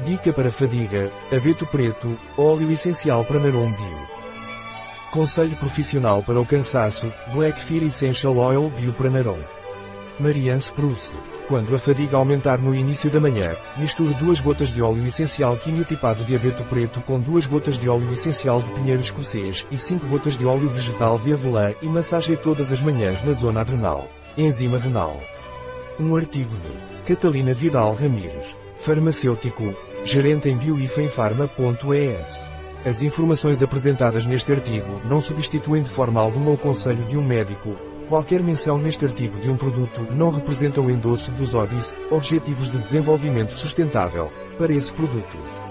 Dica para fadiga, abeto preto, óleo essencial Pranarum Bio. Conselho profissional para o cansaço, Black Fear Essential Oil Bio Pranarum. Marianne Spruce. Quando a fadiga aumentar no início da manhã, misture 2 gotas de óleo essencial quimiotipado de abeto preto com 2 gotas de óleo essencial de pinheiro escocês e 5 gotas de óleo vegetal de avelã e massageie todas as manhãs na zona adrenal. Enzima adrenal. Um artigo de Catalina Vidal Ramírez, farmacêutico, gerente em bioifenfarma.es. As informações apresentadas neste artigo não substituem de forma alguma o conselho de um médico. Qualquer menção neste artigo de um produto não representa o endosso dos ODIs, Objetivos de Desenvolvimento Sustentável, para esse produto.